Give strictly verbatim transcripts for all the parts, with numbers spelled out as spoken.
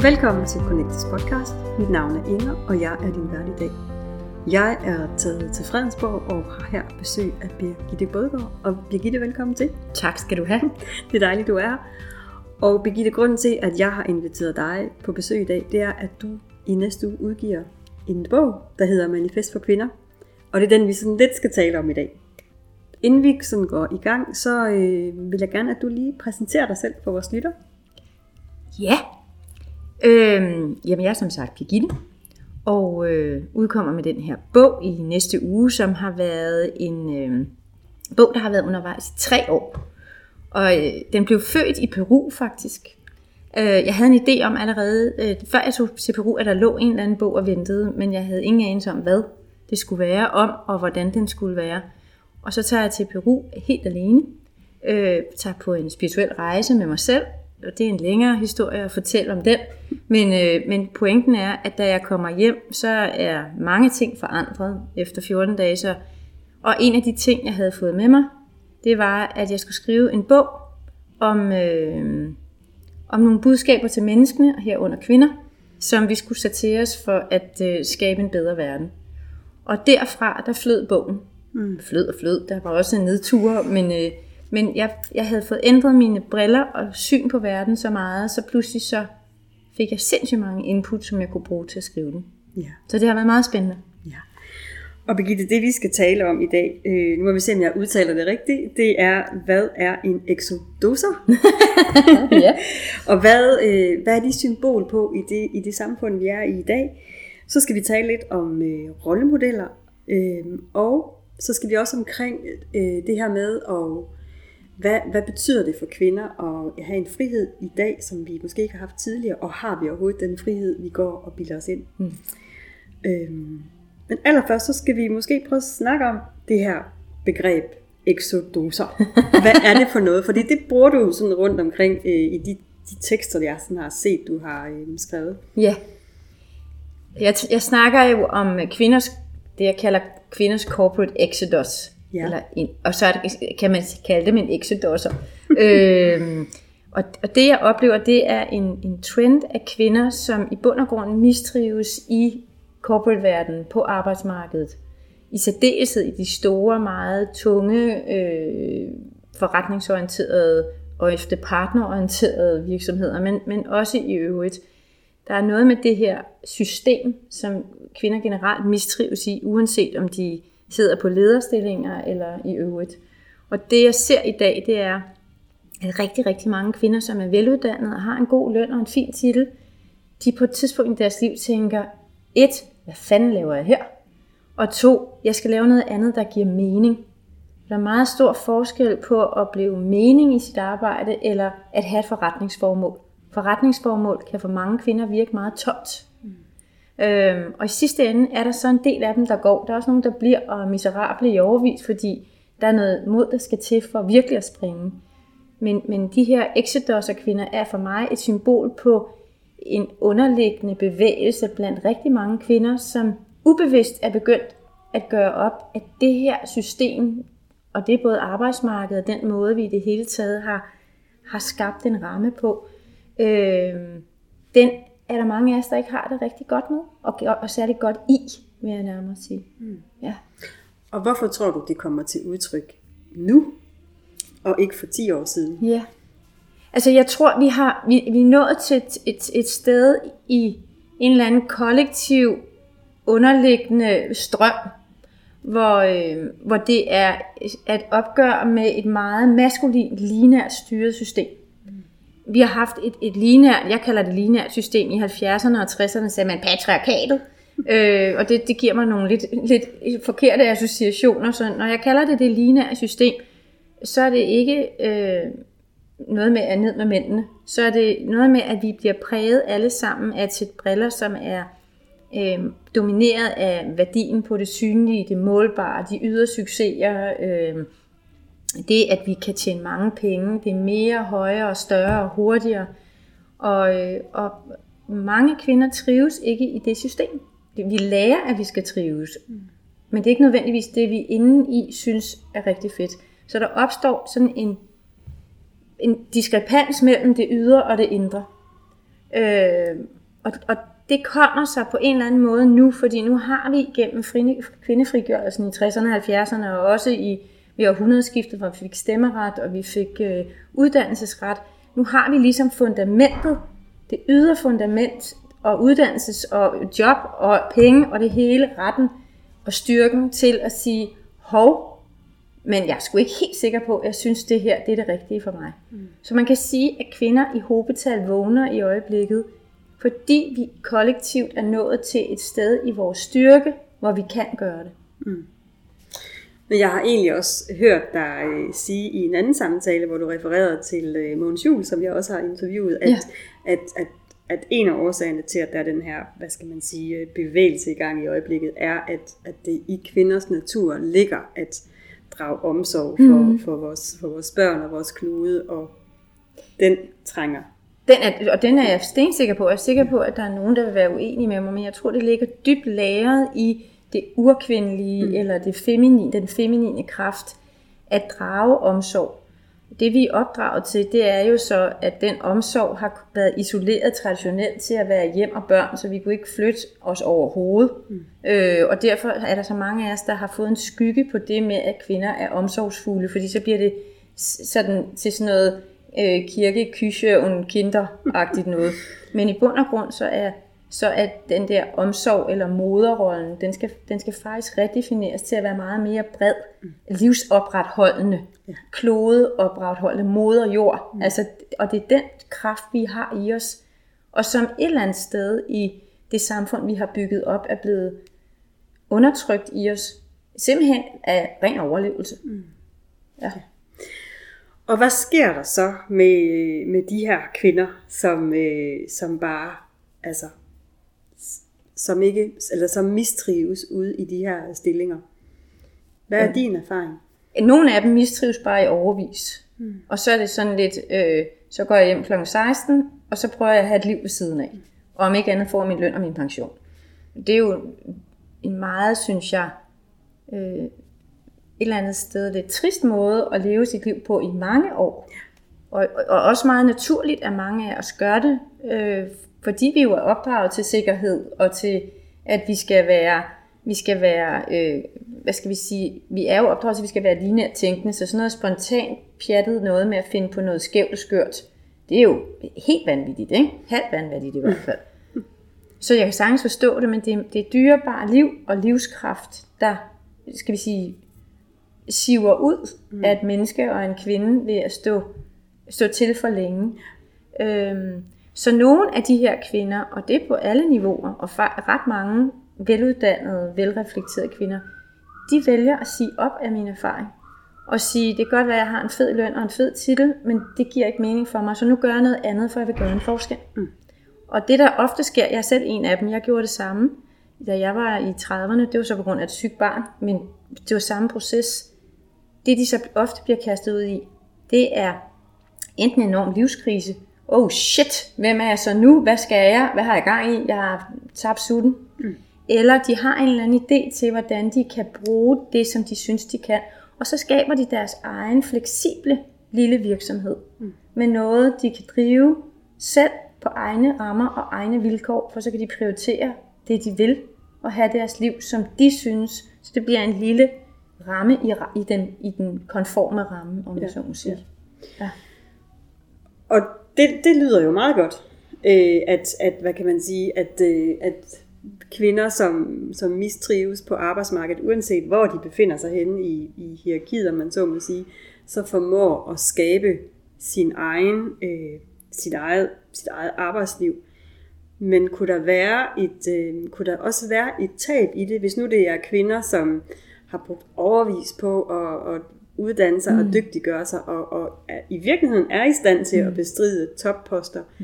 Velkommen til Connectes podcast. Mit navn er Inger, og jeg er din vært i dag. Jeg er taget til Fredensborg og har her besøg af Birgitte Bådgaard. Og Birgitte, velkommen til. Tak skal du have. Det er dejligt, du er her. Og Birgitte, grunden til, at jeg har inviteret dig på besøg i dag, det er, at du i næste uge udgiver en bog, der hedder Manifest for Kvinder. Og det er den, vi sådan lidt skal tale om i dag. Inden vi sådan går i gang, så øh, vil jeg gerne, at du lige præsenterer dig selv for vores lytter. Ja, øhm, jamen jeg er som sagt Birgitte, og øh, udkommer med den her bog i næste uge, som har været en øh, bog, der har været undervejs i tre år. Og øh, den blev født i Peru faktisk. Øh, jeg havde en idé om allerede, øh, før jeg tog til Peru, at der lå en eller anden bog og ventede, men jeg havde ingen anelse om, hvad det skulle være om, og hvordan den skulle være. Og så tager jeg til Peru helt alene, øh, tager på en spirituel rejse med mig selv, og det er en længere historie at fortælle om den, men, øh, men pointen er, at da jeg kommer hjem, så er mange ting forandret efter fjorten dage, så, og en af de ting, jeg havde fået med mig, det var, at jeg skulle skrive en bog om, øh, om nogle budskaber til menneskene, herunder kvinder, som vi skulle sætte til os for at øh, skabe en bedre verden. Og derfra, der flød bogen. Mm. Flød og flød, der var også en nedtur, men, øh, men jeg, jeg havde fået ændret mine briller og syn på verden så meget, så pludselig så fik jeg sindssygt mange input, som jeg kunne bruge til at skrive den. Ja. Så det har været meget spændende. Ja. Og Birgitte, det vi skal tale om i dag, øh, nu må vi se, om jeg udtaler det rigtigt, det er, hvad er en exodoser? Ja. Og hvad, øh, hvad er de symbol på i det, i det samfund, vi er i i dag? Så skal vi tale lidt om øh, rollemodeller, øh, og så skal vi også omkring øh, det her med, og hvad, hvad betyder det for kvinder at have en frihed i dag, som vi måske ikke har haft tidligere, og har vi overhovedet den frihed, vi går og bilder os ind? Mm. Øhm, men allerførst, så skal vi måske prøve at snakke om det her begreb exodoser. Hvad er det for noget? Fordi det bruger du sådan rundt omkring øh, i de, de tekster, jeg sådan har set, du har øh, skrevet. Ja. Jeg, jeg snakker jo om kvinders, det jeg kalder kvinders corporate exodus. Ja. Eller en, og så kan man kalde dem en exodoser. øhm, og, og det jeg oplever, det er en, en trend af kvinder, som i bund og grund mistrives i corporate-verdenen på arbejdsmarkedet. I særdeleshed i de store, meget tunge, øh, forretningsorienterede og efter partnerorienterede virksomheder, men, men også i øvrigt. Der er noget med det her system, som kvinder generelt mistrives i, uanset om de sidder på lederstillinger eller i øvrigt. Og det jeg ser i dag, det er, at rigtig, rigtig mange kvinder, som er veluddannede og har en god løn og en fin titel, de på et tidspunkt i deres liv tænker, et, hvad fanden laver jeg her? Og to, jeg skal lave noget andet, der giver mening. Der er meget stor forskel på at opleve mening i sit arbejde, eller at have et forretningsformål. Forretningsformål kan for mange kvinder virke meget tomt. Mm. Øhm, og i sidste ende er der så en del af dem, der går. Der er også nogen, der bliver og miserable i overvis, fordi der er noget mod, der skal til for virkelig at springe. Men, men de her exodusser kvinder er for mig et symbol på en underliggende bevægelse blandt rigtig mange kvinder, som ubevidst er begyndt at gøre op, at det her system, og det er både arbejdsmarkedet og den måde, vi i det hele taget har, har skabt en ramme på, øh, den er der mange af os, der ikke har det rigtig godt med, og, og særligt godt i, vil jeg nærmere sige. Mm. Ja. Og hvorfor tror du, det kommer til udtryk nu, og ikke for ti år siden? Ja. Altså jeg tror, vi, har, vi, vi er nået til et, et, et sted i en eller anden kollektiv underliggende strøm, hvor, øh, hvor det er at opgøre med et meget maskulint, lineært styret system. Mm. Vi har haft et, et lineært, jeg kalder det lineært system i halvfjerdserne og tresserne, sagde man patriarkatet, øh, og det, det giver mig nogle lidt, lidt forkerte associationer, så når jeg kalder det det lineære system, så er det ikke øh, noget med at ned med mændene, så er det noget med, at vi bliver præget alle sammen af et sæt briller, som er øh, domineret af værdien på det synlige, det målbare, de ydre succeser, øh, det at vi kan tjene mange penge, det er mere, højere og større og hurtigere, og, øh, og mange kvinder trives ikke i det system. Vi lærer, at vi skal trives, mm. men det er ikke nødvendigvis det, vi indeni synes er rigtig fedt. Så der opstår sådan en, en diskrepans mellem det ydre og det indre. Øh, og, og det kommer så på en eller anden måde nu, fordi nu har vi gennem kvindefrigørelsen i tresserne og halvfjerdserne, og også i ved århundredeskiftet, hvor vi fik stemmeret, og vi fik øh, uddannelsesret. Nu har vi ligesom fundamentet, det ydre fundament, og uddannelses- og job, og penge, og det hele, retten og styrken til at sige, hov, men jeg er sgu ikke helt sikker på, at jeg synes, det her det er det rigtige for mig. Mm. Så man kan sige, at kvinder i hobetal vågner i øjeblikket, fordi vi kollektivt er nået til et sted i vores styrke, hvor vi kan gøre det. Mm. Men jeg har egentlig også hørt dig øh, sige i en anden samtale, hvor du refererede til øh, Mogens Juhl, som jeg også har interviewet, at, ja. at, at, at en af årsagerne til, at der er den her, hvad skal man sige, bevægelse i gang i øjeblikket, er, at, at det i kvinders natur ligger at drage omsorg for, mm. for, vores, for vores børn og vores klude, og den trænger. Den er, og den er jeg stensikker på. Jeg er sikker på, at der er nogen, der vil være uenige med mig, men jeg tror, det ligger dybt lagret i det urkvindelige, mm. eller det feminine, den feminine kraft, at drage omsorg. Det vi er opdraget til, det er jo så, at den omsorg har været isoleret traditionelt til at være hjem og børn, så vi kunne ikke flytte os overhovedet. Mm. Øh, og derfor er der så mange af os, der har fået en skygge på det med, at kvinder er omsorgsfulde, fordi så bliver det sådan, til sådan noget øh, kirke, kyche og kinder-agtigt noget. Men i bund og grund, så er så at den der omsorg eller moderrollen, den skal, den skal faktisk redefineres til at være meget mere bred, mm. livsopretholdende, ja. klodeopretholdende, moder jord. Mm. Altså, og det er den kraft, vi har i os, og som et eller andet sted i det samfund, vi har bygget op, er blevet undertrykt i os, simpelthen af ren overlevelse. Mm. Ja. Og hvad sker der så med, med de her kvinder, som, øh, som bare, altså, som ikke, eller som mistrives ude i de her stillinger? Hvad er ja. din erfaring? Nogle af dem mistrives bare i overvis. Hmm. Og så er det sådan lidt, øh, så går jeg hjem klokken seksten, og så prøver jeg at have et liv ved siden af. Og om ikke andet får jeg min løn og min pension. Det er jo en meget, synes jeg, øh, et eller andet sted lidt trist måde at leve sit liv på i mange år. Og, og også meget naturligt, at mange af os gør det, øh, fordi vi jo er opdraget til sikkerhed, og til, at vi skal være, vi skal være, øh, hvad skal vi sige, vi er jo opdraget til, at vi skal være lineært tænkende, så sådan noget spontant pjattet noget med at finde på noget skævt og skørt, det er jo helt vanvittigt, ikke? Halvt vanvittigt i hvert fald. Så jeg kan sagtens forstå det, men det er, det er dyrebart liv og livskraft, der, skal vi sige, siver ud mm. af et menneske og en kvinde ved at stå, stå til for længe. Øhm, Så nogle af de her kvinder, og det er på alle niveauer, og ret mange veluddannede, velreflekterede kvinder, de vælger at sige op af min erfaring. Og sige, det kan godt være, at jeg har en fed løn og en fed titel, men det giver ikke mening for mig, så nu gør jeg noget andet, for jeg vil gøre en forskel. Mm. Og det der ofte sker, jeg er selv en af dem, jeg gjorde det samme, da jeg var i trediverne, det var så på grund af et sygt barn, men det var samme proces. Det de så ofte bliver kastet ud i, det er enten en enorm livskrise, oh shit, hvem er jeg så nu? Hvad skal jeg? Hvad har jeg gang i? Jeg har tabt sutten. Mm. Eller de har en eller anden idé til, hvordan de kan bruge det, som de synes, de kan. Og så skaber de deres egen fleksible lille virksomhed. Mm. Med noget, de kan drive selv på egne rammer og egne vilkår. For så kan de prioritere det, de vil. Og have deres liv, som de synes. Så det bliver en lille ramme i, i, den, i den konforme ramme, om jeg så må sige. Ja. Ja. Og det, det lyder jo meget godt, øh, at, at, hvad kan man sige, at, øh, at kvinder, som, som mistrives på arbejdsmarkedet, uanset hvor de befinder sig henne i, i hierarkiet, om man så må sige, så formår at skabe sin egen, øh, sit, eget, sit eget arbejdsliv. Men kunne der, være et, øh, kunne der også være et tab i det, hvis nu det er kvinder, som har brugt overvis på at, at uddanne sig mm. og dygtiggøre sig, og, og er, i virkeligheden er i stand til mm. at bestride topposter. Mm.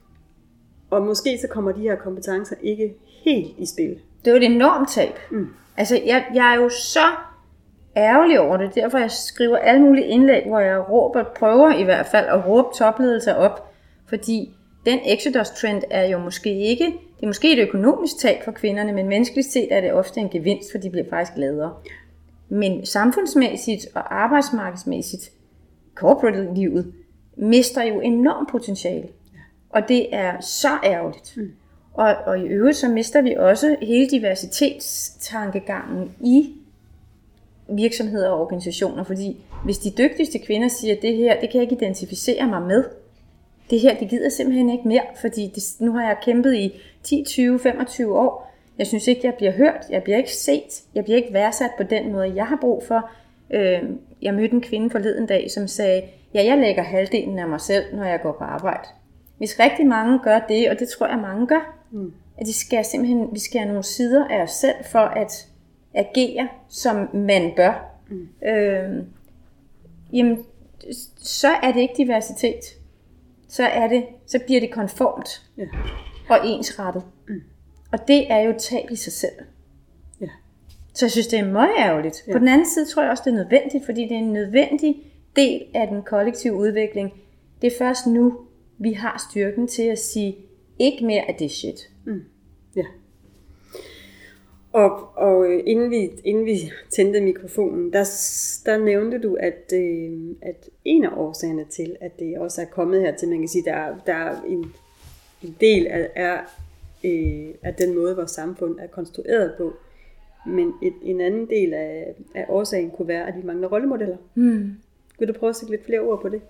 Og måske så kommer de her kompetencer ikke helt i spil. Det er jo et enormt tab. Mm. Altså, jeg, jeg er jo så ærgerlig over det, derfor jeg skriver alle mulige indlæg, hvor jeg råber, prøver i hvert fald at råbe topledelser op, fordi den exodus-trend er jo måske ikke, det er måske et økonomisk tab for kvinderne, men menneskeligt set er det ofte en gevinst, for de bliver faktisk gladere. Men samfundsmæssigt og arbejdsmarkedsmæssigt, corporate-livet, mister jo enormt potentiale. Og det er så ærgerligt. Mm. Og, og i øvrigt så mister vi også hele diversitetstankegangen i virksomheder og organisationer, fordi hvis de dygtigste kvinder siger, at det her, det kan jeg ikke identificere mig med, det her, det gider simpelthen ikke mere, fordi det, nu har jeg kæmpet i ti, tyve, femogtyve år, jeg synes ikke, jeg bliver hørt, jeg bliver ikke set, jeg bliver ikke værdsat på den måde, jeg har brug for. Øh, jeg mødte en kvinde forleden dag, som sagde, ja, jeg lægger halvdelen af mig selv, når jeg går på arbejde. Hvis rigtig mange gør det, og det tror jeg mange gør, mm. at de skal simpelthen, vi skal have nogle sider af os selv for at agere, som man bør, mm. øh, jamen, så er det ikke diversitet. Så, er det, så bliver det konformt ja. og ensrettet. Mm. Og det er jo tab i sig selv. Ja. Så jeg synes, det er meget ærgerligt. Ja. På den anden side tror jeg også, det er nødvendigt, fordi det er en nødvendig del af den kollektive udvikling. Det er først nu, vi har styrken til at sige, ikke mere af det shit. Mm. Ja. Og, og inden, vi, inden vi tændte mikrofonen, der, der nævnte du, at, øh, at en af årsagerne til, at det også er kommet her til, man kan sige, der, der er en, en del af, er, øh, af den måde, vores samfund er konstrueret på. Men et, en anden del af, af årsagen kunne være, at vi mangler rollemodeller. Hmm. Vil du prøve at sætte lidt flere ord på det?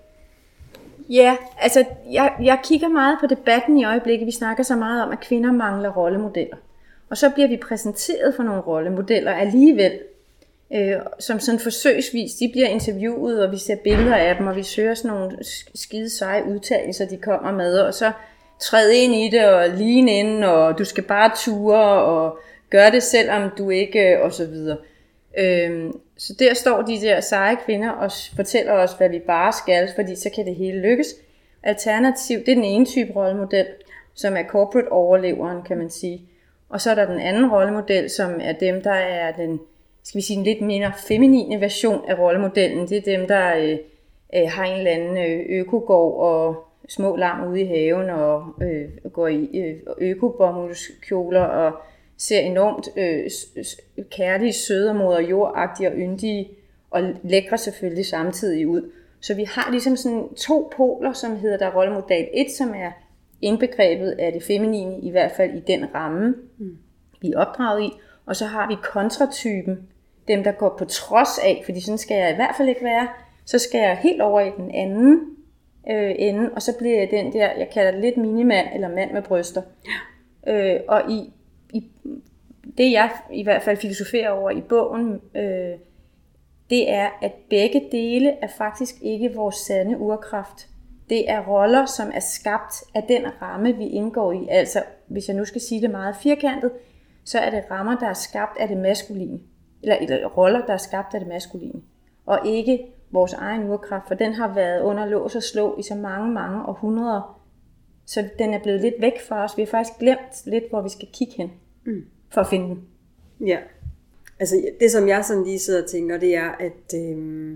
Ja, altså jeg, jeg kigger meget på debatten i øjeblikket. Vi snakker så meget om, at kvinder mangler rollemodeller. Og så bliver vi præsenteret for nogle rollemodeller alligevel, øh, som sådan forsøgsvis. De bliver interviewet, og vi ser billeder af dem, og vi søger sådan nogle skide seje udtalelser, de kommer med. Og så træd ind i det, og ligne ind, og du skal bare ture, og gøre det selvom du ikke, og så videre. Øh, så der står de der seje kvinder og fortæller os, hvad vi bare skal, fordi så kan det hele lykkes. Alternativ, det er den ene type rollemodel, som er corporate overleveren, kan man sige. Og så er der den anden rollemodel, som er dem, der er den, skal vi sige, en lidt mere feminine version af rollemodellen. Det er dem, der øh, øh, har en eller anden øh, økogård og små lam ude i haven og øh, går i øh, økobomulskjoler og ser enormt øh, kærlige, søde og moder jordagtige og yndige og lækre selvfølgelig samtidig ud. Så vi har ligesom sådan to poler, som hedder der rollemodel et, som er indbegrebet af det feminine, i hvert fald i den ramme, mm. vi er opdraget i. Og så har vi kontratypen, dem der går på trods af, fordi sådan skal jeg i hvert fald ikke være. Så skal jeg helt over i den anden øh, ende, og så bliver jeg den der, jeg kalder det lidt minimand, eller mand med bryster. Ja. Øh, og i, i det jeg i hvert fald filosoferer over i bogen, øh, det er, at begge dele er faktisk ikke vores sande urkraft. Det er roller, som er skabt af den ramme, vi indgår i. Altså, hvis jeg nu skal sige det meget firkantet, så er det rammer, der er skabt af det maskuline. Eller, eller roller, der er skabt af det maskuline. Og ikke vores egen urkraft, for den har været under lås og slå i så mange, mange århundreder. Så den er blevet lidt væk fra os. Vi har faktisk glemt lidt, hvor vi skal kigge hen, mm. for at finde den. Ja, altså det som jeg sådan lige sidder og tænker, det er, at... Øh...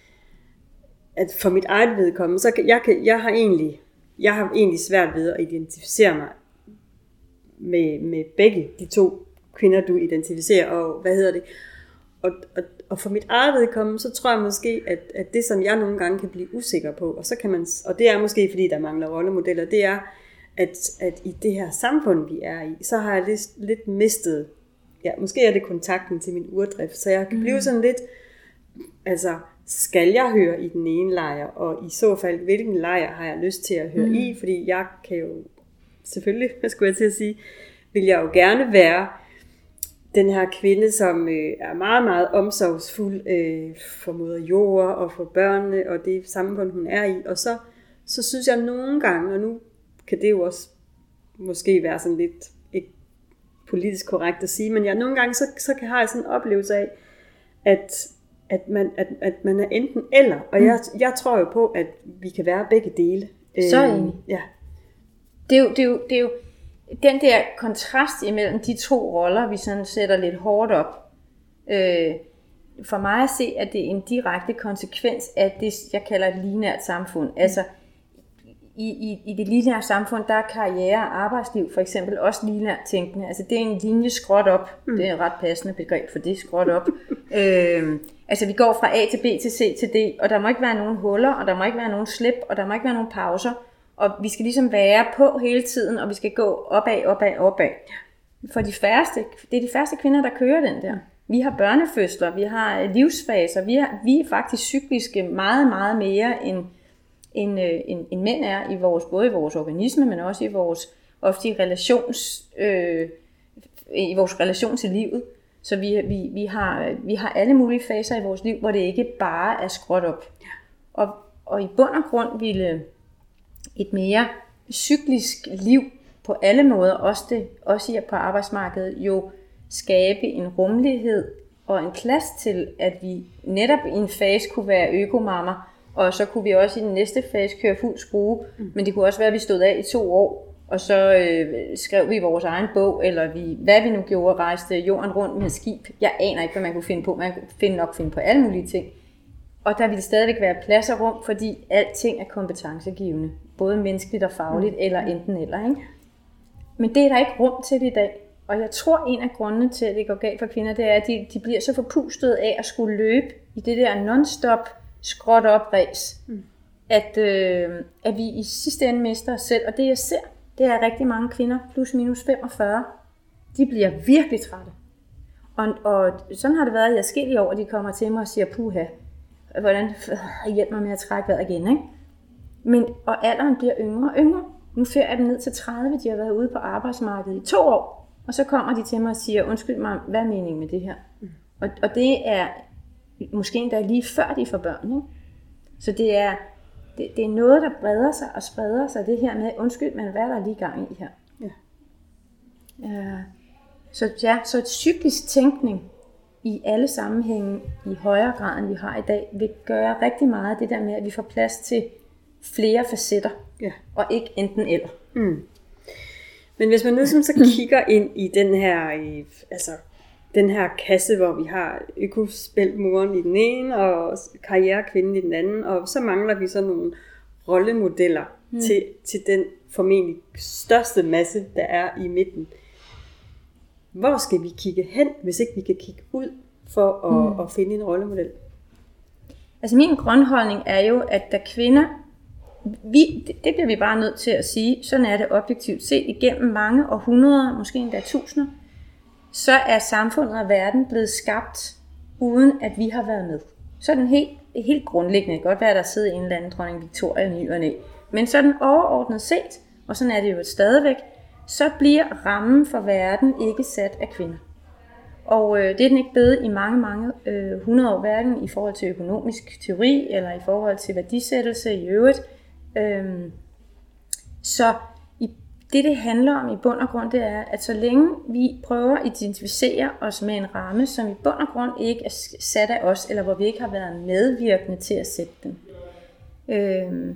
at for mit eget vedkommende, så kan, jeg, kan, jeg, har egentlig, jeg har egentlig svært ved at identificere mig med, med begge de to kvinder, du identificerer, og hvad hedder det, og, og, og for mit eget vedkommende, så tror jeg måske, at, at det som jeg nogle gange kan blive usikker på, og så kan man, og det er måske fordi der mangler rollemodeller, det er, at, at i det her samfund vi er i, så har jeg lidt, lidt mistet, ja, måske er det kontakten til min urdrift, så jeg kan blive mm. sådan lidt, altså, skal jeg høre i den ene lejr, og i så fald, hvilken lejr har jeg lyst til at høre mm. i, fordi jeg kan jo, selvfølgelig, hvad skulle jeg til at sige, vil jeg jo gerne være den her kvinde, som øh, er meget, meget omsorgsfuld øh, for moder jord og for børnene, og det samfund, hun er i, og så, så synes jeg nogle gange, og nu kan det jo også måske være sådan lidt ikke politisk korrekt at sige, men jeg nogle gange, så, så kan jeg have sådan en oplevelse af, at At man, at, at man er enten eller, og mm. jeg, jeg tror jo på, at vi kan være begge dele. Så enig. Ja. Det er, jo, det, er jo, det er jo den der kontrast imellem de to roller, vi sådan sætter lidt hårdt op. Øh, for mig at se, at det er en direkte konsekvens af det, jeg kalder et lineært samfund. Mm. Altså, i, i, i det lineære samfund, der er karriere og arbejdsliv for eksempel også lineært tænkende. Altså, det er en linje skråt op. Mm. Det er et ret passende begreb for det, skråt op. øh, Altså vi går fra A til B til C til D, og der må ikke være nogen huller, og der må ikke være nogen slip, og der må ikke være nogen pauser. Og vi skal ligesom være på hele tiden, og vi skal gå opad, opad, opad. For de færreste, det er de færreste kvinder, der kører den der. Vi har børnefødsler, vi har livsfaser, vi, har, vi er faktisk cykliske meget, meget mere end, end, end, end mænd er, i vores, både i vores organisme, men også i vores, ofte i, relations, øh, i vores relation til livet. Så vi, vi, vi, har, vi har alle mulige faser i vores liv, hvor det ikke bare er skråt op. Og, og i bund og grund ville et mere cyklisk liv på alle måder, også, det, også på arbejdsmarkedet, jo skabe en rummelighed og en plads til, at vi netop i en fase kunne være økomammer, og så kunne vi også i den næste fase køre fuld skrue, mm. men det kunne også være, at vi stod af i to år, og så øh, skrev vi vores egen bog, eller vi, hvad vi nu gjorde, rejste jorden rundt med skib. Jeg aner ikke, hvad man kunne finde på. Man kunne finde nok finde på alle mulige ting. Og der ville stadigvæk være plads og rum, fordi alting er kompetencegivende. Både menneskeligt og fagligt, mm. eller enten eller. Ikke? Men det er der ikke rum til i dag. Og jeg tror, en af grundene til, at det går galt for kvinder, det er, at de, de bliver så forpustet af at skulle løbe i det der non-stop skråt op ræs, mm. at, øh, at vi i sidste ende mister os selv. Og det jeg ser, det er rigtig mange kvinder, plus minus femogfyrre, de bliver virkelig trætte. Og, og sådan har det været i adskillige år, at de kommer til mig og siger, puha, hvordan hjælp mig med at trække vejret igen, ikke? Men, og alderen bliver yngre og yngre. Nu fører jeg dem ned til tredive, de har været ude på arbejdsmarkedet i to år, og så kommer de til mig og siger, undskyld mig, hvad er meningen med det her? Mm. Og, og det er måske endda lige før de får børn, ikke? Så det er, det, det er noget, der breder sig og spreder sig, det her med, undskyld, men hvad er der lige gang i her? Ja. Uh, så ja, så et cyklisk tænkning i alle sammenhænge i højere grad, end vi har i dag, vil gøre rigtig meget det der med, at vi får plads til flere facetter, ja. Og ikke enten eller. Mm. Men hvis man nu som så kigger ind i den her, altså den her kasse, hvor vi har økospæltmoren i den ene, og karrierekvinden i den anden, og så mangler vi så nogle rollemodeller mm. til, til den formentlig største masse, der er i midten. Hvor skal vi kigge hen, hvis ikke vi kan kigge ud for at, mm. at finde en rollemodel? Altså min grundholdning er jo, at da kvinder, vi, det, det bliver vi bare nødt til at sige, sådan er det objektivt set igennem mange århundreder, måske endda tusinder, så er samfundet og verden blevet skabt, uden at vi har været med. Så er den helt, helt grundlæggende, det kan godt være, at der sidder en eller anden dronning Victoria ny og næ, men sådan overordnet set, og sådan er det jo stadigvæk, så bliver rammen for verden ikke sat af kvinder. Og øh, det er den ikke blevet i mange, mange øh, hundrede år, hverken i forhold til økonomisk teori, eller i forhold til værdisættelse i øvrigt. Øhm, så i, det, det handler om i bund og grund, det er, at så længe vi prøver at identificere os med en ramme, som i bund og grund ikke er sat af os, eller hvor vi ikke har været medvirkende til at sætte den, øhm,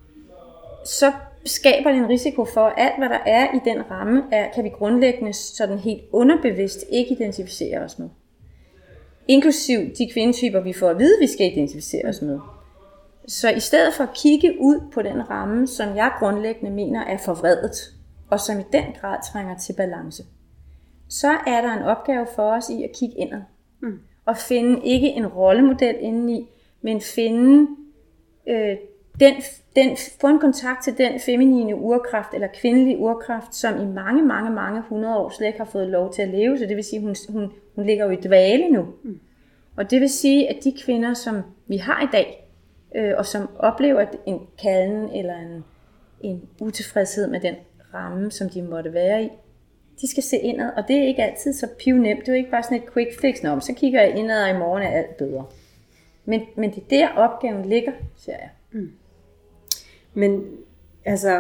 så skaber det en risiko for, at alt, hvad der er i den ramme, er, kan vi grundlæggende sådan helt underbevidst ikke identificere os med. Inklusiv de kvindetyper, vi får at vide, vi skal identificere os med. Så i stedet for at kigge ud på den ramme, som jeg grundlæggende mener er forvredet, og som i den grad trænger til balance, så er der en opgave for os i at kigge indad. Mm. Og finde ikke en rollemodel indeni, men finde øh, den, den, få en kontakt til den feminine urkraft, eller kvindelige urkraft, som i mange, mange, mange hundrede år slet ikke har fået lov til at leve. Så det vil sige, hun, hun, hun ligger jo i dvale nu. Mm. Og det vil sige, at de kvinder, som vi har i dag, øh, og som oplever en kalden eller en, en utilfredshed med den ramme, som de måtte være i, de skal se indad, og det er ikke altid så pivnemt. Det er jo ikke bare sådan et quick fix, nå, så kigger jeg indad, og i morgen er alt bedre. Men, men det er der opgaven ligger, siger jeg. Mm. Men altså,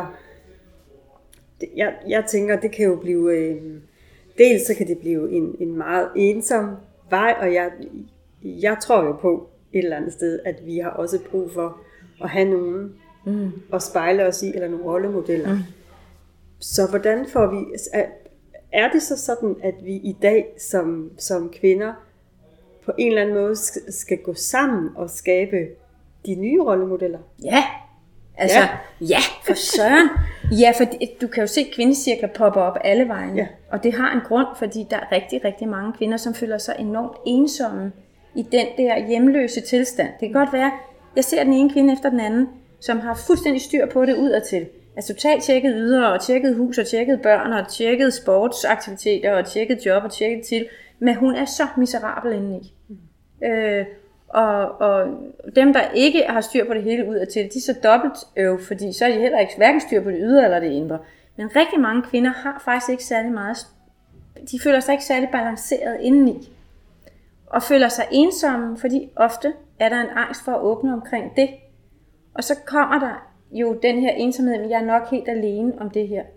det, jeg, jeg tænker, det kan jo blive, øh, dels så kan det blive en, en meget ensom vej, og jeg, jeg tror jo på et eller andet sted, at vi har også brug for at have nogen mm. at spejle os i, eller nogle rollemodeller. Mm. Så hvordan får vi, er det så sådan, at vi i dag som, som kvinder på en eller anden måde skal gå sammen og skabe de nye rollemodeller? Ja, altså, ja, ja for søren. Ja, for du kan jo se kvindecirkler popper op alle vejen. Ja. Og det har en grund, fordi der er rigtig, rigtig mange kvinder, som føler sig enormt ensomme i den der hjemløse tilstand. Det kan godt være, jeg ser den ene kvinde efter den anden, som har fuldstændig styr på det udadtil. altså totalt tjekket ydre, og tjekket hus, og tjekket børn, og tjekket sportsaktiviteter, og tjekket job, og tjekket til, men hun er så miserabel indeni. Mm. Øh, og, og dem, der ikke har styr på det hele ud af til, de er så dobbelt øv, fordi så er de heller ikke hverken styr på det ydre eller det indre. Men rigtig mange kvinder har faktisk ikke særlig meget, de føler sig ikke særlig balanceret indeni. Og føler sig ensomme, fordi ofte er der en angst for at åbne omkring det. Og så kommer der jo den her ensomhed, men jeg er nok helt alene om det her.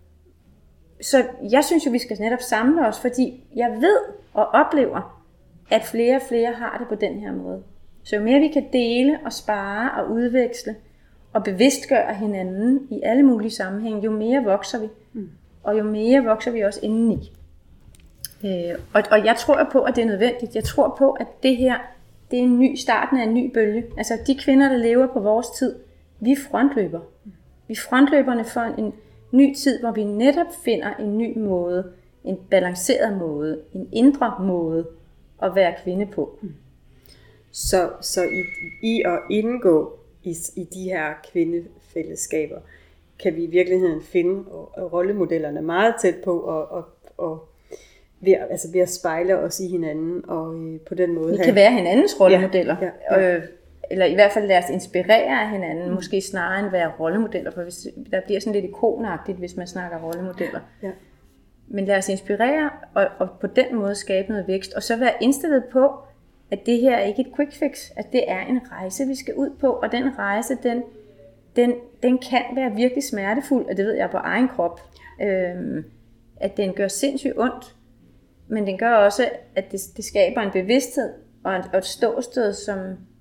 Så jeg synes jo, vi skal netop samle os, fordi jeg ved og oplever, at flere og flere har det på den her måde. Så jo mere vi kan dele og spare og udveksle og bevidstgøre hinanden i alle mulige sammenhænge, jo mere vokser vi. Mm. Og jo mere vokser vi også indeni. Øh, og, og jeg tror på, at det er nødvendigt. Jeg tror på, at det her, det er en ny, starten af en ny bølge. Altså de kvinder, der lever på vores tid, vi er frontløber. Vi er frontløberne for en, en ny tid, hvor vi netop finder en ny måde, en balanceret måde, en indre måde at være kvinde på. Så, så i, i at indgå i, i de her kvindefællesskaber, kan vi i virkeligheden finde rollemodellerne meget tæt på, og, og, og ved, altså ved at spejle os i hinanden, og øh, på den måde... Vi kan være hinandens rollemodeller, ja, ja, ja. Øh, eller i hvert fald lade os inspirere af hinanden, mm. måske snarere end være rollemodeller, for hvis, der bliver sådan lidt ikonagtigt, hvis man snakker rollemodeller. Ja. Men lad os inspirere, og, og på den måde skabe noget vækst, og så være indstillet på, at det her er ikke et quick fix, at det er en rejse, vi skal ud på, og den rejse, den, den, den kan være virkelig smertefuld, og det ved jeg på egen krop, øhm, at den gør sindssygt ondt, men den gør også, at det, det skaber en bevidsthed, og et, og et ståsted, som,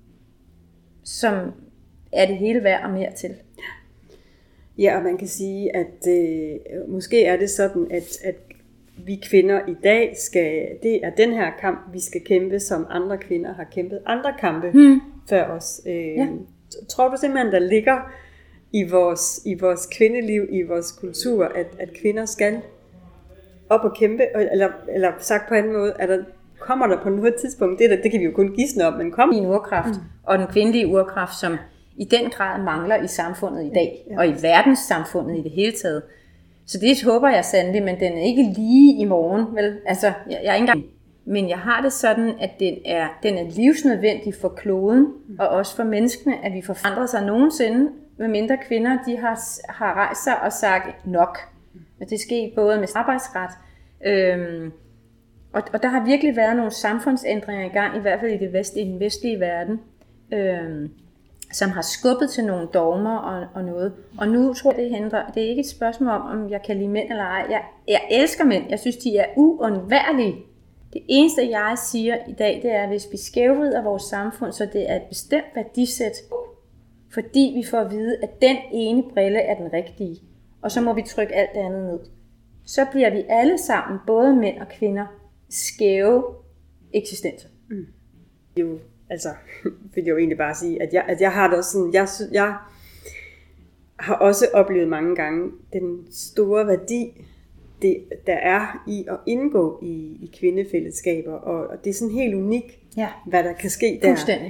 som er det hele værd og mere til. Ja, og man kan sige, at øh, måske er det sådan, at, at vi kvinder i dag skal, det er den her kamp, vi skal kæmpe, som andre kvinder har kæmpet andre kampe hmm. før os. Øh, ja. Tror du simpelthen, der ligger i vores, i vores kvindeliv, i vores kultur, at, at kvinder skal op og kæmpe, eller, eller sagt på en anden måde, er der, kommer der på noget tidspunkt, det, der, det kan vi jo kun gisne om, men kommer i en urkraft, mm. og den kvindelige urkraft, som i den grad mangler i samfundet i dag, ja. Og i verdenssamfundet i det hele taget. Så det håber jeg sandelig, men den er ikke lige i morgen, vel? Altså, jeg, jeg er ikke engang, men jeg har det sådan, at den er, den er livsnødvendig for kloden, mm. og også for menneskene, at vi forandrer sig nogensinde, med mindre kvinder, de har, har rejst sig og sagt nok. Men det sker både med arbejdsret, øhm, og, og der har virkelig været nogle samfundsændringer i gang, i hvert fald i, det vest, i den vestlige verden, øhm, som har skubbet til nogle dogmer og, og noget. Og nu tror jeg, det henter. Det er ikke et spørgsmål om, om jeg kan lide mænd eller ej. Jeg, jeg elsker mænd. Jeg synes, de er uundværlige. Det eneste, jeg siger i dag, det er, hvis vi skævvrider vores samfund, så det er et bestemt værdisæt, fordi vi får at vide, at den ene brille er den rigtige, og så må vi trykke alt det andet ned. Så bliver vi alle sammen, både mænd og kvinder, skæve eksistenser. Mm. Jo, altså, vil jeg jo egentlig bare sige, at jeg, at jeg har det også sådan, jeg, jeg har også oplevet mange gange den store værdi, det, der er i at indgå i, i kvindefællesskaber, og, og det er sådan helt unikt, ja. Hvad der kan ske der. Fuldstændig.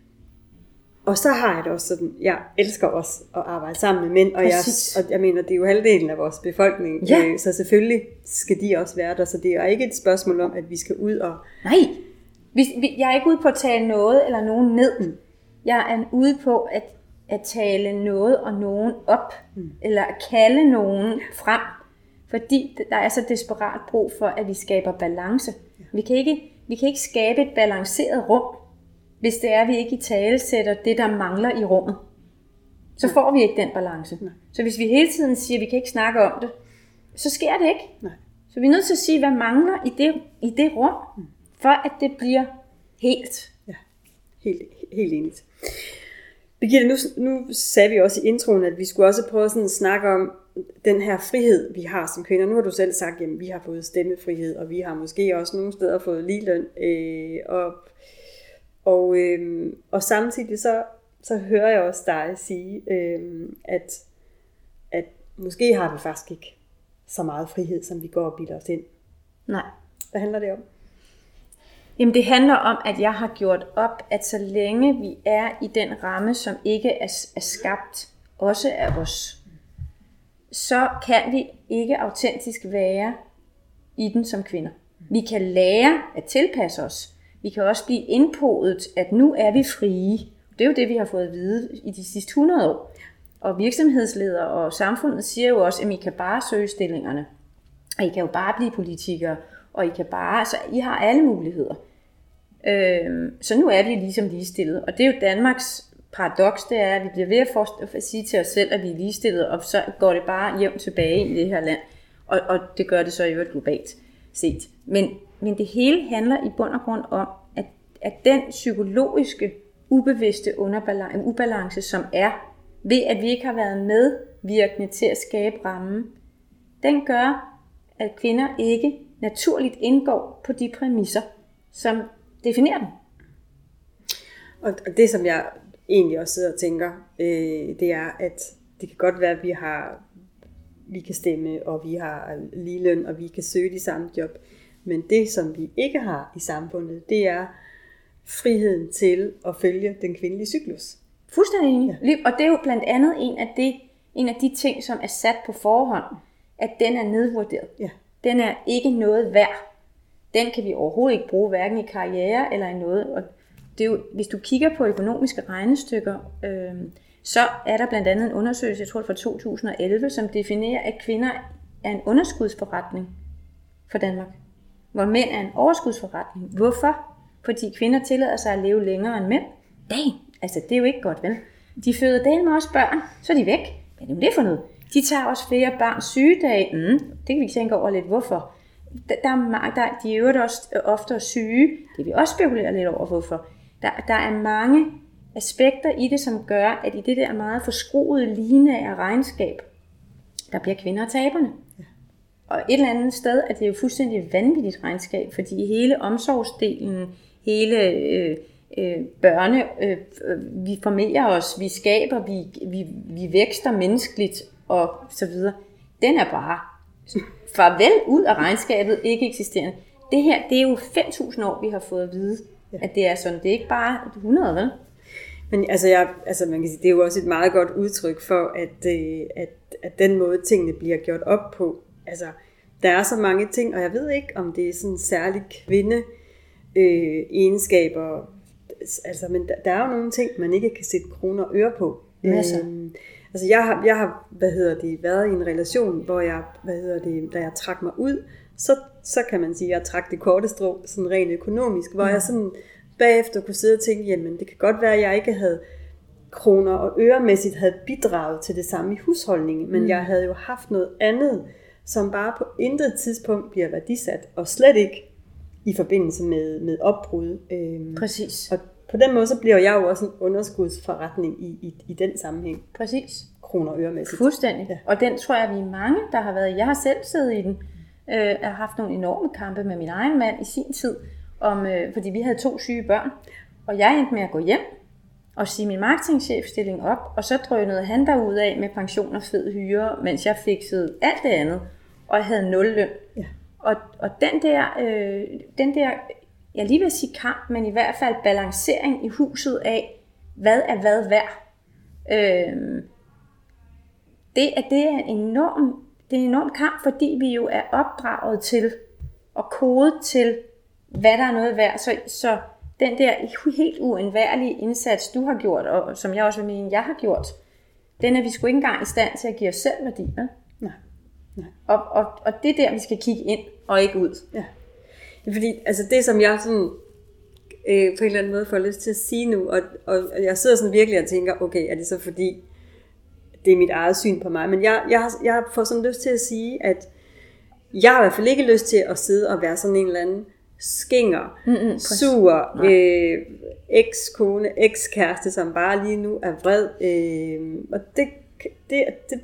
Og så har jeg det også sådan, jeg elsker også at arbejde sammen med mænd, og jeg, og jeg mener, det er jo halvdelen af vores befolkning, ja. øh, så selvfølgelig skal de også være der, så det er ikke et spørgsmål om, at vi skal ud og... Nej, vi, vi, jeg er ikke ude på at tale noget eller nogen ned. Mm. Jeg er ude på at, at tale noget og nogen op, mm. eller at kalde nogen frem, fordi der er så desperat brug for, at vi skaber balance. Ja. Vi kan ikke, vi kan ikke skabe et balanceret rum, hvis det er, at vi ikke i tale sætter det, der mangler i rummet. Så Nej. Får vi ikke den balance. Nej. Så hvis vi hele tiden siger, at vi kan ikke snakke om det, så sker det ikke. Nej. Så vi er nødt til at sige, hvad mangler i det, i det rum, mm. for at det bliver helt. Ja, helt, helt enigt. Birgitte, nu, nu sagde vi også i introen, at vi skulle også prøve sådan at snakke om den her frihed, vi har som kvinder. Nu har du selv sagt, at vi har fået stemmefrihed, og vi har måske også nogle steder fået ligeløn. Øh, og Og, øhm, og samtidig så, så hører jeg også dig sige, øhm, at, at måske har vi faktisk ikke så meget frihed, som vi går og bilder os ind. Nej. Hvad handler det om? Jamen det handler om, at jeg har gjort op, at så længe vi er i den ramme, som ikke er, er skabt, også af os, så kan vi ikke autentisk være i den som kvinder. Vi kan lære at tilpasse os. Vi kan også blive indpodet, at nu er vi frie. Det er jo det, vi har fået at vide i de sidste hundrede år. Og virksomhedsledere og samfundet siger jo også, at I kan bare søge stillingerne. Og I kan jo bare blive politikere. Og I kan bare, så I har alle muligheder. Øhm, så nu er vi ligesom ligestillet. Og det er jo Danmarks paradoks, det er, at vi bliver ved at, for, at sige til os selv, at vi er ligestillet, og så går det bare jævnt tilbage i det her land. Og, og det gør det så i øvrigt globalt set. Men, men det hele handler i bund og grund om, at, at den psykologiske, ubevidste underbalance, ubalance, som er, ved at vi ikke har været medvirkende til at skabe rammen, den gør, at kvinder ikke naturligt indgår på de præmisser, som definerer dem. Og det, som jeg egentlig også sidder og tænker, øh, det er, at det kan godt være, at vi har, vi kan stemme, og vi har ligeløn, og vi kan søge de samme job. Men det, som vi ikke har i samfundet, det er friheden til at følge den kvindelige cyklus. Fuldstændig enig. Ja. Og det er jo blandt andet en af, det, en af de ting, som er sat på forhånd, at den er nedvurderet. Ja. Den er ikke noget værd. Den kan vi overhovedet ikke bruge, hverken i karriere eller i noget. Og det er jo, hvis du kigger på økonomiske regnestykker, øh, så er der blandt andet en undersøgelse, jeg tror det fra to tusind og elleve, som definerer, at kvinder er en underskudsforretning for Danmark. Hvor mænd er en overskudsforretning. Hvorfor? Fordi kvinder tillader sig at leve længere end mænd. Dagen. Altså, det er jo ikke godt, vel? De føder del med også børn, så er de væk. Hvad er det for noget? De tager også flere barns sygedage. Mm, det kan vi tænke over lidt, hvorfor. Der, der er, der, de er jo også oftere syge. Det kan vi også spekulere lidt over, hvorfor. Der, der er mange aspekter i det, som gør, at i det der meget forskruede lineære regnskab, der bliver kvinder taberne. Ja. Og et eller andet sted er det jo fuldstændig vanvittigt regnskab, fordi hele omsorgsdelen, hele øh, øh, børne, øh, vi formerer os, vi skaber, vi, vi, vi vækster menneskeligt og så videre, den er bare farvel ud af regnskabet, ikke eksisterende. Det her, det er jo fem tusind år, vi har fået at vide, ja. At det er sådan. Det er ikke bare hundrede, vel? Men altså, jeg, altså man kan sige, det er jo også et meget godt udtryk for, at, at, at den måde tingene bliver gjort op på. Altså, der er så mange ting, og jeg ved ikke, om det er sådan særligt kvinde øh, egenskaber. Altså, men der, der er jo nogle ting, man ikke kan sætte kroner og øre på. Masser. Øhm, altså, jeg har, jeg har, hvad hedder det, været i en relation, hvor jeg, hvad hedder det, da jeg trak mig ud, så, så kan man sige, at jeg trak det korte strå, sådan rent økonomisk, hvor mm. jeg sådan bagefter kunne sidde og tænke, jamen det kan godt være, at jeg ikke havde kroner og øremæssigt havde bidraget til det samme i husholdningen, men mm. jeg havde jo haft noget andet, som bare på intet tidspunkt bliver værdisat, og slet ikke i forbindelse med, med opbrud. Øhm, Præcis. Og på den måde, så bliver jeg jo også en underskudsforretning i, i, i den sammenhæng. Præcis. Kroner og øremæssigt. Fuldstændig. Ja. Og den tror jeg, vi er mange, der har været. Jeg har selv siddet i den. Øh, jeg har haft nogle enorme kampe med min egen mand i sin tid, om, øh, fordi vi havde to syge børn. Og jeg endte med at gå hjem og sige min marketingchefstilling op, og så drønede han derudad med pension og fed hyre, mens jeg fiksede alt det andet, og jeg havde nul løn. Ja. Og, og den der, øh, den der, jeg lige vil sige kamp, men i hvert fald balancering i huset af, hvad er hvad værd. Øh, det, er, det er en enorm, det er en enorm kamp, fordi vi jo er opdraget til og kodet til, hvad der er noget værd. Så, så den der helt uundværlige indsats, du har gjort, og som jeg også vil mene, jeg har gjort, den er vi sgu ikke engang i stand til at give os selv værdi med. Nej. Nej. Og, og, og det er der, vi skal kigge ind og ikke ud. Ja. Fordi altså det, som jeg sådan, øh, på en eller anden måde får lyst til at sige nu, og, og, og jeg sidder sådan virkelig og tænker, okay, er det så fordi, det er mit eget syn på mig, men jeg, jeg, jeg får sådan lyst til at sige, at jeg har i hvert fald ikke lyst til at sidde og være sådan en eller anden skinger, mm-hmm, sur, øh, ekskone, ekskæreste, som bare lige nu er vred. Øh, og det, det, det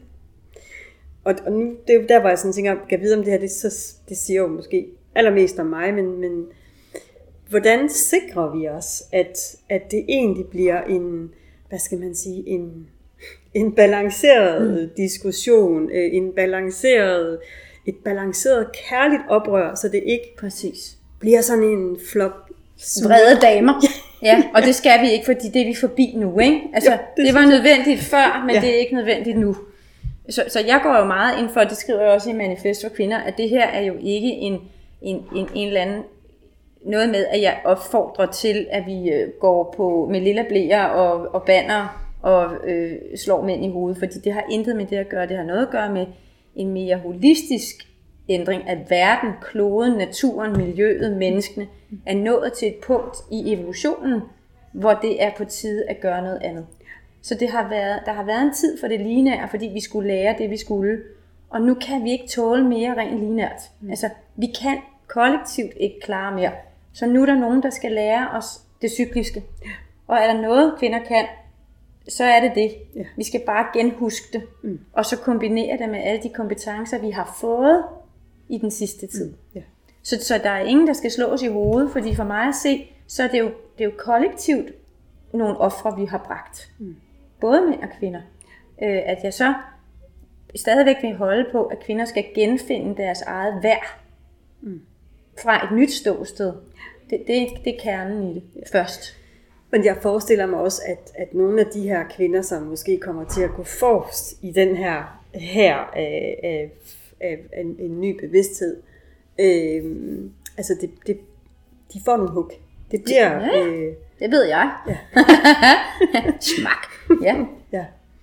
og, og nu, det er jo der, hvor jeg sådan tænker, kan vide om det her, det, så, det siger jo måske allermest om mig, men, men hvordan sikrer vi os, at, at det egentlig bliver en, hvad skal man sige, en, en balanceret mm. diskussion, en balanceret, et balanceret kærligt oprør, så det ikke Præcis. bliver sådan en flop. Vrede damer. Ja, og det skal vi ikke, fordi det er vi forbi nu, ikke? Altså, ja, det, det var nødvendigt før, men ja. Det er ikke nødvendigt nu. Så, så jeg går jo meget ind for, det skriver jeg også i Manifest for Kvinder, at det her er jo ikke en, en, en, en eller anden, noget med, at jeg opfordrer til, at vi øh, går på med lilla bleer og, og banner og øh, slår mænd i hovedet, fordi det har intet med det at gøre. Det har noget at gøre med en mere holistisk ændring af verden, kloden, naturen, miljøet, menneskene, er nået til et punkt i evolutionen, hvor det er på tide at gøre noget andet. Så det har været, der har været en tid for det lineære, fordi vi skulle lære det, vi skulle, og nu kan vi ikke tåle mere rent lineært. Mm. Altså, vi kan kollektivt ikke klare mere. Så nu er der nogen, der skal lære os det cykliske. Og er der noget, kvinder kan, så er det det. Ja. Vi skal bare genhuske det, mm. og så kombinere det med alle de kompetencer, vi har fået i den sidste tid. Mm. Ja. Så, så der er ingen, der skal slås i hovedet, fordi for mig at se, så er det jo, det er jo kollektivt nogle ofre, vi har bragt. Mm. Både mænd og kvinder. Øh, at jeg så stadigvæk vil holde på, at kvinder skal genfinde deres eget værd mm. fra et nyt ståsted. Det, det, det er kernen i det ja. først. Men jeg forestiller mig også, at, at nogle af de her kvinder, som måske kommer til at gå forrest i den her, her af, af, af en, en ny bevidsthed, øh, altså det, det, de får nogle hug. Det bliver... Ja, øh, det ved jeg. Ja. Smak. Ja. ja.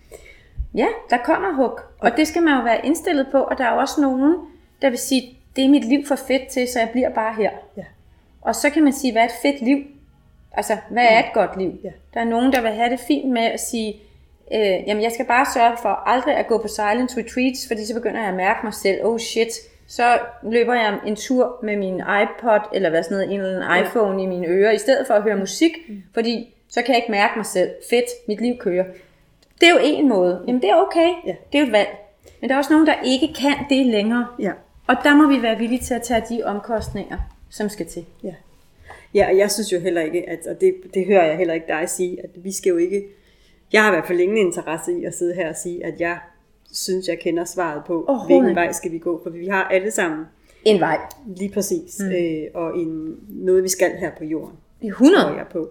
Ja, der kommer hug. Og det skal man jo være indstillet på. Og der er også nogen, der vil sige, det er mit liv for fedt til, så jeg bliver bare her. Ja. Og så kan man sige, hvad er et fedt liv? Altså, hvad er et godt liv? Ja. Der er nogen, der vil have det fint med at sige, øh, jamen jeg skal bare sørge for aldrig at gå på silent retreats, fordi så begynder jeg at mærke mig selv, oh shit, så løber jeg en tur med min iPod, eller hvad sådan noget, en eller anden iPhone i mine ører, i stedet for at høre musik, mm. fordi så kan jeg ikke mærke mig selv. Fedt, mit liv kører. Det er jo en måde. Jamen det er okay, ja. Det er jo et valg. Men der er også nogen, der ikke kan det længere. Ja. Og der må vi være villige til at tage de omkostninger, som skal til. Ja. Ja, og jeg synes jo heller ikke, at, og det, det hører jeg heller ikke dig sige, at vi skal jo ikke, jeg har i hvert fald ingen interesse i at sidde her og sige, at jeg synes, jeg kender svaret på, oh, hvilken vej skal vi gå, for vi har alle sammen en vej. Lige præcis, mm. øh, og en, noget vi skal her på jorden. hundrede jeg på.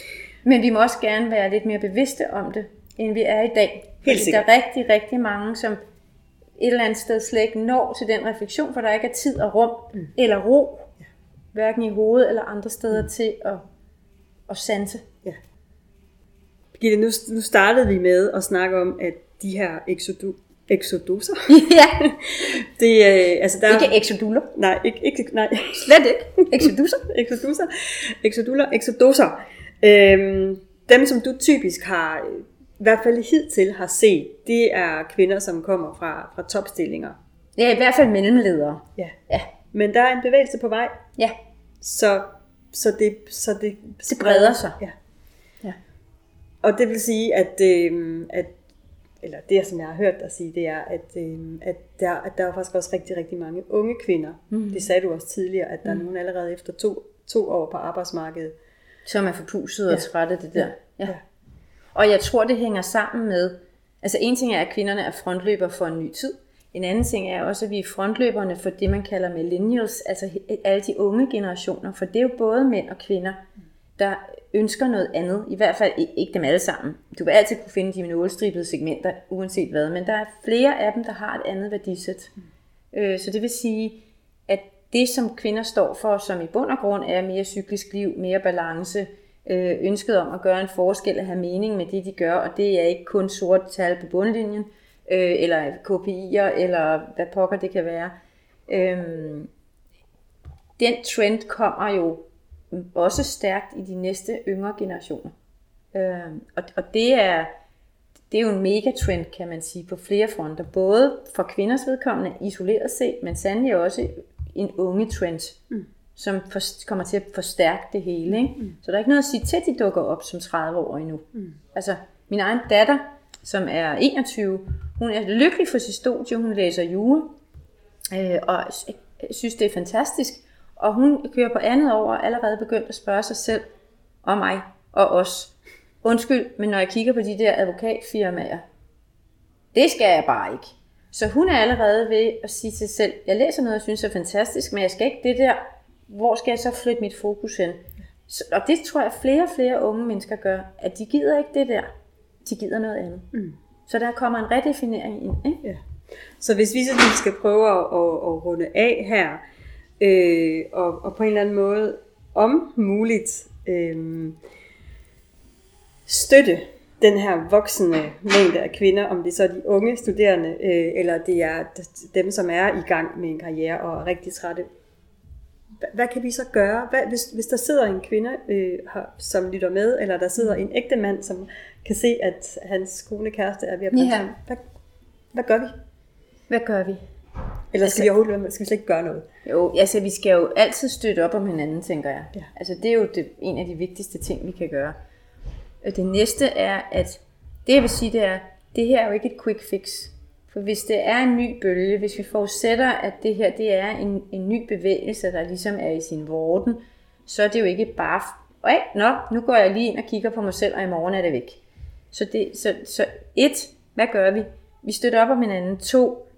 Men vi må også gerne være lidt mere bevidste om det, end vi er i dag. Helt sikkert. Der er rigtig, rigtig mange, som et eller andet sted slet ikke når til den refleksion, for der ikke er tid og rum mm. eller ro, ja. Hverken i hovedet eller andre steder mm. til at, at sanse. Ja. Birgitte, nu, nu startede vi med at snakke om, at de her exodu, exodoser, ja. det, øh, altså der, ikke exoduler. Nej, ikke, ikke, nej. Slet ikke. Exoduser. exoduser. Exoduler, exodoser. Øhm, dem, som du typisk har, i hvert fald hidtil har set, det er kvinder, som kommer fra, fra topstillinger. Ja, i hvert fald mellemledere. Ja. Ja. Men der er en bevægelse på vej. Ja. Så, så, det, så det, det breder sig. Ja. Ja. Og det vil sige, at, øh, at eller det, som jeg har hørt dig sige, det er, at, øh, at, der, at der er faktisk også rigtig, rigtig mange unge kvinder. Mm. Det sagde du også tidligere, at der mm. er nogen allerede efter to, to år på arbejdsmarkedet. Som er forpusset og træt af det der. Ja. Ja. Og jeg tror, det hænger sammen med, altså en ting er, at kvinderne er frontløber for en ny tid. En anden ting er også, at vi er frontløberne for det, man kalder millennials, altså alle de unge generationer. For det er jo både mænd og kvinder, der ønsker noget andet. I hvert fald ikke dem alle sammen. Du vil altid kunne finde de nålestribede segmenter, uanset hvad. Men der er flere af dem, der har et andet værdisæt. Mm. Så det vil sige, at det, som kvinder står for, som i bund og grund er mere cyklisk liv, mere balance, ønsket om at gøre en forskel og have mening med det, de gør. Og det er ikke kun sorte tal på bundlinjen, eller K P I'er, eller hvad pokker det kan være. Den trend kommer jo også stærkt i de næste yngre generationer. Og det er, det er jo en megatrend, kan man sige, på flere fronter. Både for kvinders vedkommende isoleret set, men sandelig også en unge trend, mm. som for, kommer til at forstærke det hele. Ikke? Mm. Så der er ikke noget at sige til, at de dukker op som tredive-årige nu. Mm. Altså, min egen datter, som er enogtyve, hun er lykkelig for sit studie, hun læser jura, øh, og synes, det er fantastisk. Og hun kører på andet år og allerede begyndt at spørge sig selv, og mig, og os. Undskyld, men når jeg kigger på de der advokatfirmaer, det skal jeg bare ikke. Så hun er allerede ved at sige til sig selv, jeg læser noget, jeg synes er fantastisk, men jeg skal ikke det der. Hvor skal jeg så flytte mit fokus hen? Så, og det tror jeg, flere og flere unge mennesker gør, at de gider ikke det der. De gider noget andet. Mm. Så der kommer en redefinering ind. Ikke? Ja. Så hvis vi så skal prøve at, at, at runde af her, øh, og, og på en eller anden måde, om muligt, øh, støtte den her voksende mængde af kvinder, om det er så de unge studerende, øh, eller det er dem, som er i gang med en karriere og er rigtig trætte. Hvad kan vi så gøre? Hvad, hvis, hvis der sidder en kvinde, øh, som lytter med, eller der sidder en ægte mand, som kan se, at hans kone kæreste er ved at brænde sammen. Hvad, hvad gør vi? Hvad gør vi? Eller skal altså, vi overhovedet skal vi slet ikke gøre noget? Jo, altså vi skal jo altid støtte op om hinanden, tænker jeg. Ja. Altså det er jo det, en af de vigtigste ting, vi kan gøre. Det næste er, at det jeg vil sige, det er, det her er jo ikke et quick fix. For hvis det er en ny bølge, hvis vi forudsætter, at det her det er en, en ny bevægelse, der ligesom er i sin vorden, så er det jo ikke bare, Øj, nå, nu går jeg lige ind og kigger på mig selv, og i morgen er det væk. Så, det, så, så et, hvad gør vi? Vi støtter op om hinanden. To,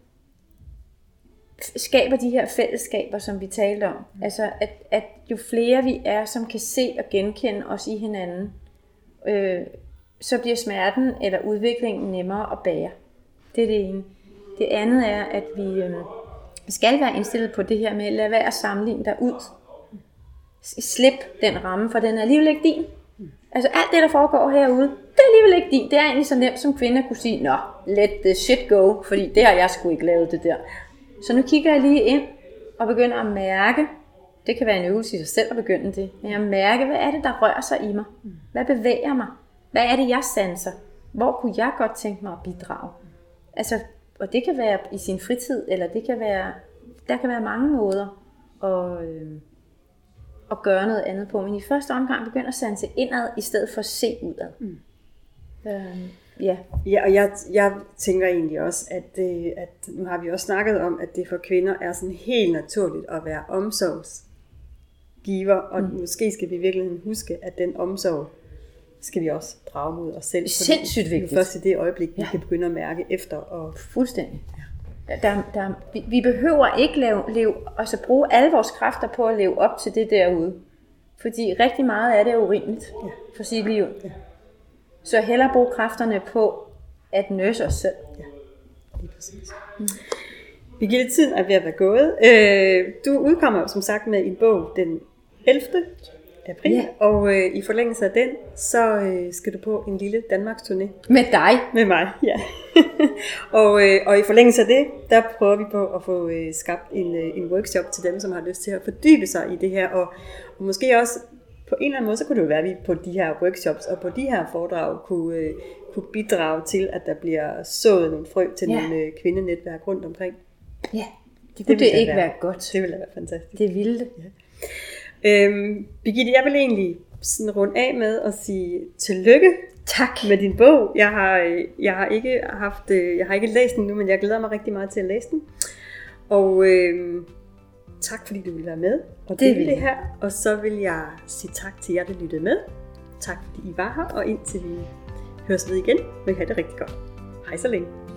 skaber de her fællesskaber, som vi talte om. Mm. Altså, at, at jo flere vi er, som kan se og genkende os i hinanden, øh, så bliver smerten eller udviklingen nemmere at bære. Det er det ene. Det andet er, at vi øh, skal være indstillet på det her med, at lade være at sammenligne dig ud. Slip den ramme, for den er alligevel ikke din. Altså alt det, der foregår herude, det er alligevel ikke din. Det er egentlig så nemt som kvinde kunne sige, nå, let the shit go, fordi det har jeg sgu ikke lavet det der. Så nu kigger jeg lige ind og begynder at mærke, det kan være en øvelse i sig selv at begynde det, men at mærke, hvad er det, der rører sig i mig? Hvad bevæger mig? Hvad er det, jeg sanser? Hvor kunne jeg godt tænke mig at bidrage? Altså, og det kan være i sin fritid, eller det kan være, der kan være mange måder at, øh, at gøre noget andet på, men i første omgang begynder at sanse indad, i stedet for at se udad. Mm. Øh, ja. Ja, og jeg, jeg tænker egentlig også, at, øh, at nu har vi også snakket om, at det for kvinder er sådan helt naturligt at være omsorgsgiver, og mm. måske skal vi i virkeligheden huske, at den omsorg skal vi også drage mod os selv. Sindssygt vigtigt. Først i det øjeblik, vi ja. kan begynde at mærke efter. Og fuldstændig. Ja. Der, der, vi, vi behøver ikke lave, leve, altså bruge alle vores kræfter på at leve op til det derude. Fordi rigtig meget af det er urimeligt ja. for sit liv. Ja. Så hellere bruge kræfterne på at nøse os selv. Ja, lige præcis. Mm. Birgitte, tiden er ved at være gået. Øh, du udkommer som sagt med en bog den ellevte april, ja. og øh, i forlængelse af den, så øh, skal du på en lille Danmarks turné. Med dig? Med mig, ja. og, øh, og i forlængelse af det, der prøver vi på at få øh, skabt en, øh, en workshop til dem, som har lyst til at fordybe sig i det her, og, og måske også på en eller anden måde, så kunne det jo være, at vi på de her workshops og på de her foredrag kunne, øh, kunne bidrage til, at der bliver sået nogle frø til ja. nogle øh, kvindenetværk rundt omkring. Ja, det kunne det, det ikke være, være godt. Det ville da være fantastisk. Det ville det. Ja. Øhm, Birgitte, jeg vil egentlig sådan runde af med at sige tillykke tak. med din bog. Jeg har, jeg har ikke haft, jeg har ikke læst den nu, men jeg glæder mig rigtig meget til at læse den. Og øhm, tak fordi du ville være med og dele det, det her. Og så vil jeg sige tak til jer, der lyttede med. Tak fordi I var her, og indtil vi høres ved igen, vil I have det rigtig godt. Hej så længe.